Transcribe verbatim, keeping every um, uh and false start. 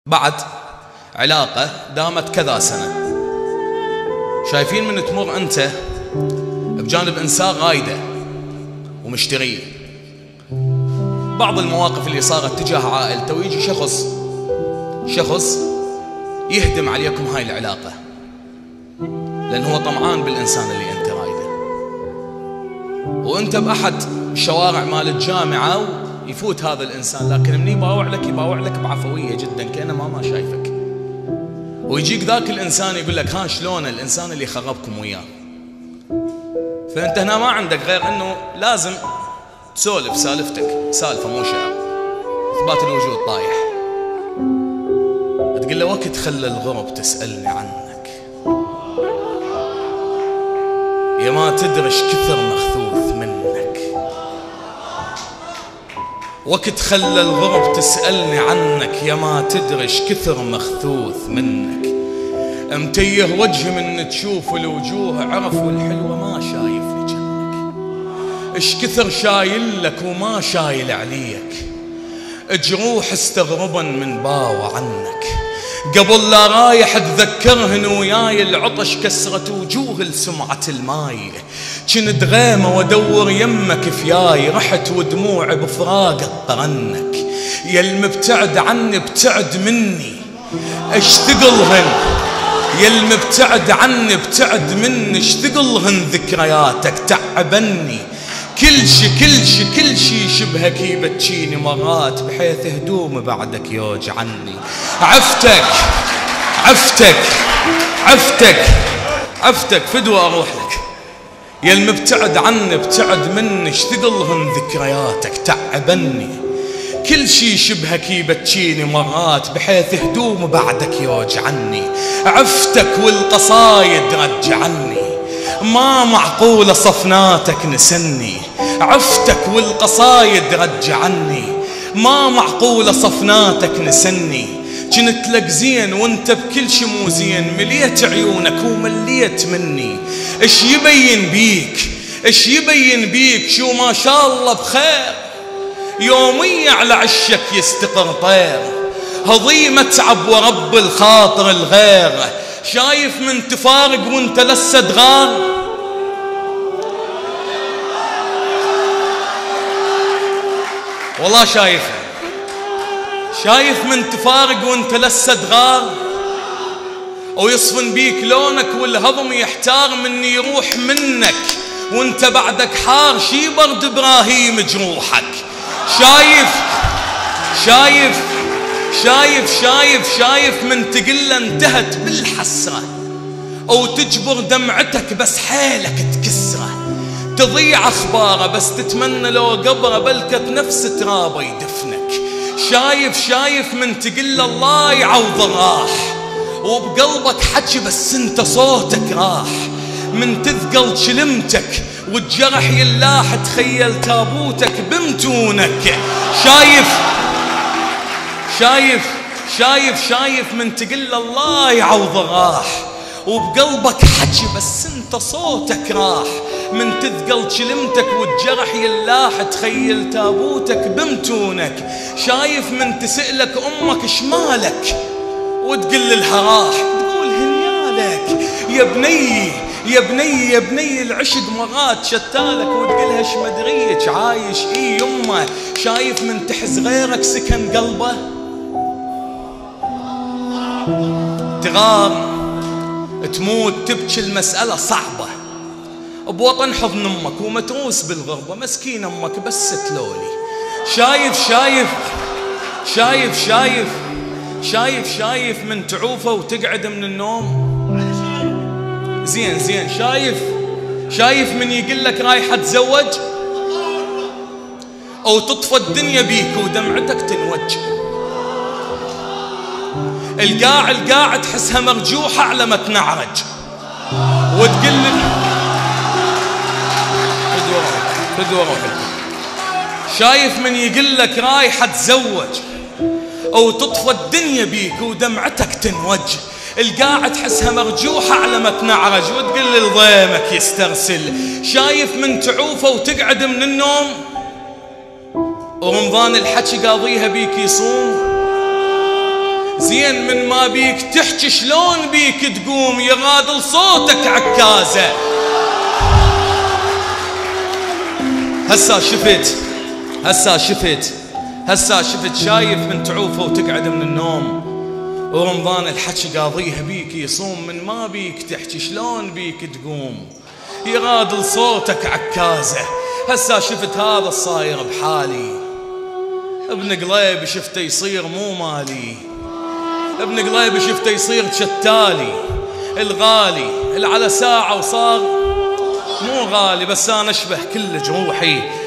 بعد علاقة دامت كذا سنة، شايفين من تمر أنت بجانب إنسان غايدة ومشتريه، بعض المواقف اللي صارت تجاه عائلته، ويجي شخص شخص يهدم عليكم هاي العلاقة لأن هو طمعان بالإنسان اللي أنت رايده، وأنت بأحد الشوارع مال الجامعة ويفوت هذا الإنسان، لكن من يباوع لك يباوع لك بعفوية جدا كأنه ما ما شايفك، ويجيك ذاك الإنسان يقول لك ها شلون الإنسان اللي خربكم وياه. فأنت هنا ما عندك غير أنه لازم تسولف سالفتك سالفة مو شعر، إثبات الوجود طايح. تقول له وقت خلى الغرب تسألني عنك، يا ما تدرش كثر مخثوث منك، وقت خلى الغرب تسألني عنك، يا ما تدرش كثر مخثوث منك، امتيه وجه من تشوف الوجوه عرفوا الحلوة ما شايف لجنك، اش كثر شايل لك وما شايل عليك، جروح استغربا من باوى عنك، قبل لا رايح تذكرهن وياي العطش كسرت وجوه لسمعة الماي، كنت غيمة وادور يمك فياي، رحت ودموع بفراقك قرنك، يا المبتعد عني ابتعد مني اشتغلهن، يا المبتعد عني ابتعد مني اشتغلهن ذكرياتك تعبني، كل شي كل شي كل شي شبهك يبتشيني مرات، بحيث هدوم بعدك يوجعني، عفتك عفتك عفتك عفتك فدوى اروح لك، يا المبتعد عني ابتعد مني اشتغلهن ذكرياتك تعبني، كل شي شبهك يبتشيني مرات، بحيث هدوم بعدك يوجعني، عفتك والقصايد رجعني، ما معقولة صفناتك نسني، عفتك والقصايد رجعني، ما معقولة صفناتك نسني، كنت لك زين وانت بكل شي مو زين، مليت عيونك ومليت مني، اش يبين بيك اش يبين بيك شو ما شاء الله بخير، يومية على عشك يستقر طير، هضيم اتعب ورب الخاطر الغير، شايف من تفارق وانت لسه تغار، والله شايف شايف من تفارق وانت لسه تغار، ويصفن بيك لونك والهضم يحتار مني يروح منك، وانت بعدك حار شي برد ابراهيم جروحك، شايف شايف شايف شايف شايف من تقله انتهت بالحسرة، او تجبر دمعتك بس حيلك تكسره، تضيع اخباره بس تتمنى لو قبره بلكت نفس ترابه يدفنك، شايف شايف من تقله الله يعوض راح، وبقلبك حكي بس انت صوتك راح، من تثقل شلمتك والجرح يلاح، تخيل تابوتك بمتونك، شايف شايف شايف شايف من تقل الله يعوض راح، وبقلبك حكي بس انت صوتك راح، من تثقل شلمتك والجرح يلاح، تخيل تابوتك بمتونك، شايف من تسألك امك شمالك وتقل الحراح، تقول هنيالك يا بني يا بني يا بني، العشق مرات شتالك وتقلها شمدريك عايش اي يمه، شايف من تحز غيرك سكن قلبه، تغار تموت تبكي المسألة صعبة، بوطن حضن امك ومتروس بالغربة، مسكين امك بس تلولي، شايف شايف شايف شايف شايف شايف من تعوفه وتقعد من النوم، زين زين شايف شايف من يقول لك رايح اتزوج، او تطفى الدنيا بيك ودمعتك تنوج، القاع القاع تحسها مرجوحة على ما تنعرج، وتقول فدوى روحك، شايف من يقول لك رايح اتزوج، او تطفى الدنيا بيك ودمعتك تنوج، القاع تحسها مرجوحة على ما تنعرج، وتقول لضيمك يسترسل، شايف من تعوفه وتقعد من النوم، ورمضان الحكي قاضيها بيك يصوم، زين من ما بيك تحكي شلون بيك تقوم يغادل صوتك عكازة. هسا شفت هسا شفت هسا شفت شايف من تعوفه وتقعد من النوم، ورمضان الحكي قاضيها بيك يصوم من ما بيك تحكي شلون بيك تقوم يغادل صوتك عكازة. هسا شفت هذا الصاير بحالي، ابن قليب شفته يصير مو مالي، ابن قليب شفته يصير شتالي، الغالي اللي على ساعة وصار مو غالي، بس أنا أشبه كل جروحي